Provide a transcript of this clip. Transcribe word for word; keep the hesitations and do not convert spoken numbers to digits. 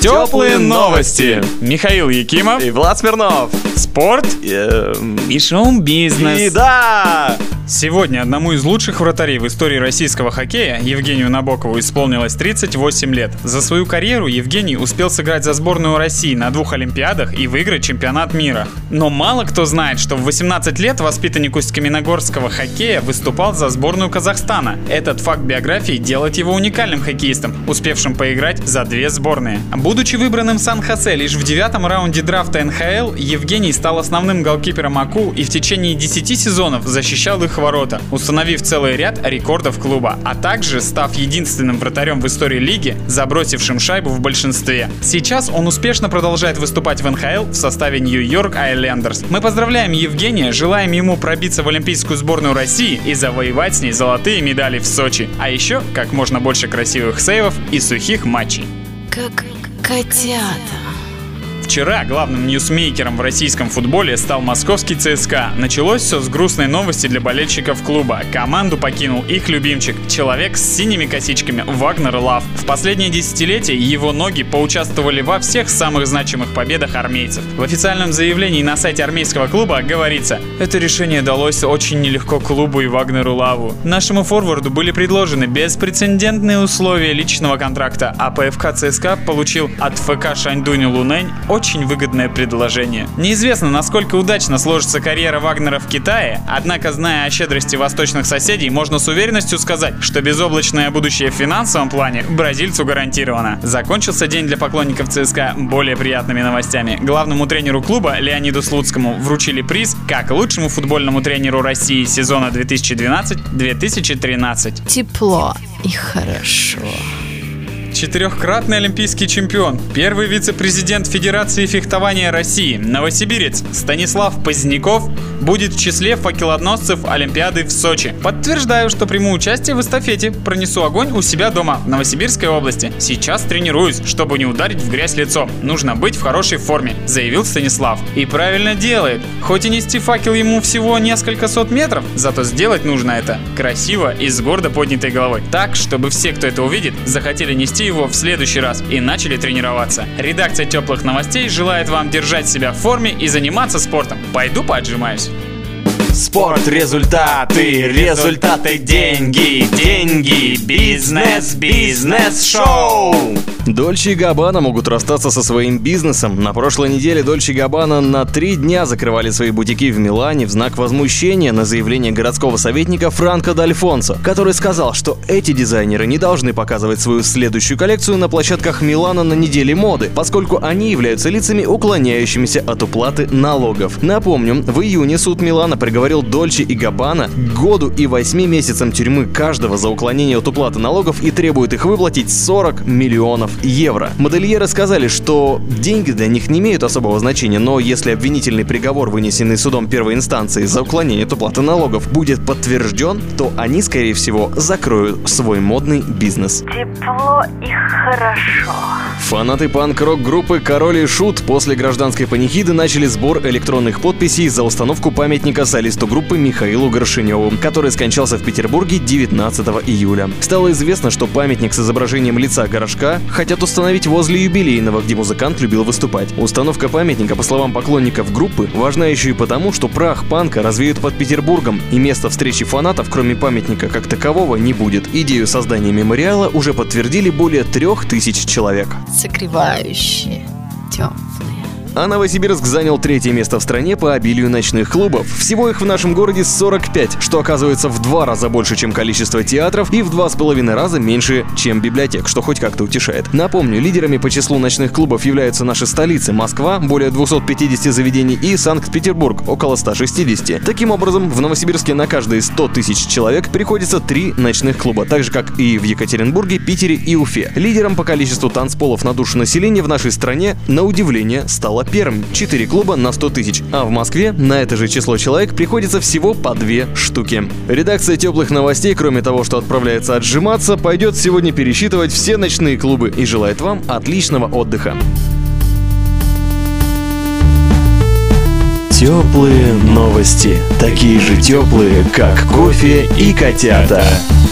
Теплые новости. Михаил Якимов и Влад Смирнов. Спорт и, и шоу-бизнес. И да! Сегодня одному из лучших вратарей в истории российского хоккея, Евгению Набокову, исполнилось тридцать восемь лет. За свою карьеру Евгений успел сыграть за сборную России на двух Олимпиадах и выиграть чемпионат мира. Но мало кто знает, что в восемнадцать лет воспитанник усть-каменогорского хоккея выступал за сборную Казахстана. Этот факт биографии делает его уникальным хоккеистом, успевшим поиграть за две сборные. Будучи выбранным Сан-Хосе лишь в девятом раунде драфта эн ха эл, Евгений стал основным голкипером АКУ и в течение десяти сезонов защищал их ворота, установив целый ряд рекордов клуба, а также став единственным вратарем в истории лиги, забросившим шайбу в большинстве. Сейчас он успешно продолжает выступать в эн ха эл в составе Нью-Йорк Айлендерс. Мы поздравляем Евгения, желаем ему пробиться в олимпийскую сборную России и завоевать с ней золотые медали в Сочи. А еще как можно больше красивых сейвов и сухих матчей. Как котята. Вчера главным ньюсмейкером в российском футболе стал московский ЦСКА. Началось все с грустной новости для болельщиков клуба. Команду покинул их любимчик, человек с синими косичками Вагнер Лав. В последние десятилетия его ноги поучаствовали во всех самых значимых победах армейцев. В официальном заявлении на сайте армейского клуба говорится: это решение далось очень нелегко клубу и Вагнеру Лаву. Нашему форварду были предложены беспрецедентные условия личного контракта, а пэ эф ка ЦСКА получил от эф ка Шаньдунь Лунэнь очень выгодное предложение. Неизвестно, насколько удачно сложится карьера Вагнера в Китае, однако, зная о щедрости восточных соседей, можно с уверенностью сказать, что безоблачное будущее в финансовом плане бразильцу гарантировано. Закончился день для поклонников ЦСКА более приятными новостями. Главному тренеру клуба Леониду Слуцкому вручили приз как лучшему футбольному тренеру России сезона две тысячи двенадцать - две тысячи тринадцать. Тепло и хорошо. Четырехкратный олимпийский чемпион, первый вице-президент Федерации фехтования России, новосибирец Станислав Поздняков будет в числе факелоносцев Олимпиады в Сочи. Подтверждаю, что приму участие в эстафете, пронесу огонь у себя дома в Новосибирской области. Сейчас тренируюсь, чтобы не ударить в грязь лицом. Нужно быть в хорошей форме, заявил Станислав. И правильно делает. Хоть и нести факел ему всего несколько сот метров, зато сделать нужно это красиво и с гордо поднятой головой. Так, чтобы все, кто это увидит, захотели нести его в следующий раз и начали тренироваться. Редакция теплых новостей желает вам держать себя в форме и заниматься спортом. Пойду поотжимаюсь. Спорт, результаты, результаты, деньги, деньги, бизнес, бизнес-шоу. Дольче и Габбана могут расстаться со своим бизнесом. На прошлой неделе Дольче и Габбана на три дня закрывали свои бутики в Милане в знак возмущения на заявление городского советника Франко Д'Альфонсо, который сказал, что эти дизайнеры не должны показывать свою следующую коллекцию на площадках Милана на неделе моды, поскольку они являются лицами, уклоняющимися от уплаты налогов. Напомню, в июне суд Милана приговорил Дольче и Габбана к году и восьми месяцам тюрьмы каждого за уклонение от уплаты налогов и требует их выплатить сорок миллионов евро. Модельеры сказали, что деньги для них не имеют особого значения, но если обвинительный приговор, вынесенный судом первой инстанции за уклонение от уплаты налогов, будет подтвержден, то они, скорее всего, закроют свой модный бизнес. Тепло и хорошо. Фанаты панк-рок-группы «Король и Шут» после гражданской панихиды начали сбор электронных подписей за установку памятника солисту группы Михаилу Горшеневу, который скончался в Петербурге девятнадцатого июля. Стало известно, что памятник с изображением лица Горошка хотят установить возле юбилейного, где музыкант любил выступать. Установка памятника, по словам поклонников группы, важна еще и потому, что прах панка развеют под Петербургом, и места встречи фанатов, кроме памятника как такового, не будет. Идею создания мемориала уже подтвердили более трех тысяч человек. Согревающие, теплые. А Новосибирск занял третье место в стране по обилию ночных клубов. Всего их в нашем городе сорок пять, что оказывается в два раза больше, чем количество театров, и в два с половиной раза меньше, чем библиотек, что хоть как-то утешает. Напомню, лидерами по числу ночных клубов являются наши столицы: Москва, более двухсот пятидесяти заведений, и Санкт-Петербург, около ста шестидесяти. Таким образом, в Новосибирске на каждые сто тысяч человек приходится три ночных клуба, так же как и в Екатеринбурге, Питере и Уфе. Лидером по количеству танцполов на душу населения в нашей стране, на удивление, стала Пермь – четыре клуба на сто тысяч, а в Москве на это же число человек приходится всего по две штуки. Редакция теплых новостей, кроме того, что отправляется отжиматься, пойдет сегодня пересчитывать все ночные клубы и желает вам отличного отдыха. Теплые новости. Такие же теплые, как кофе и котята.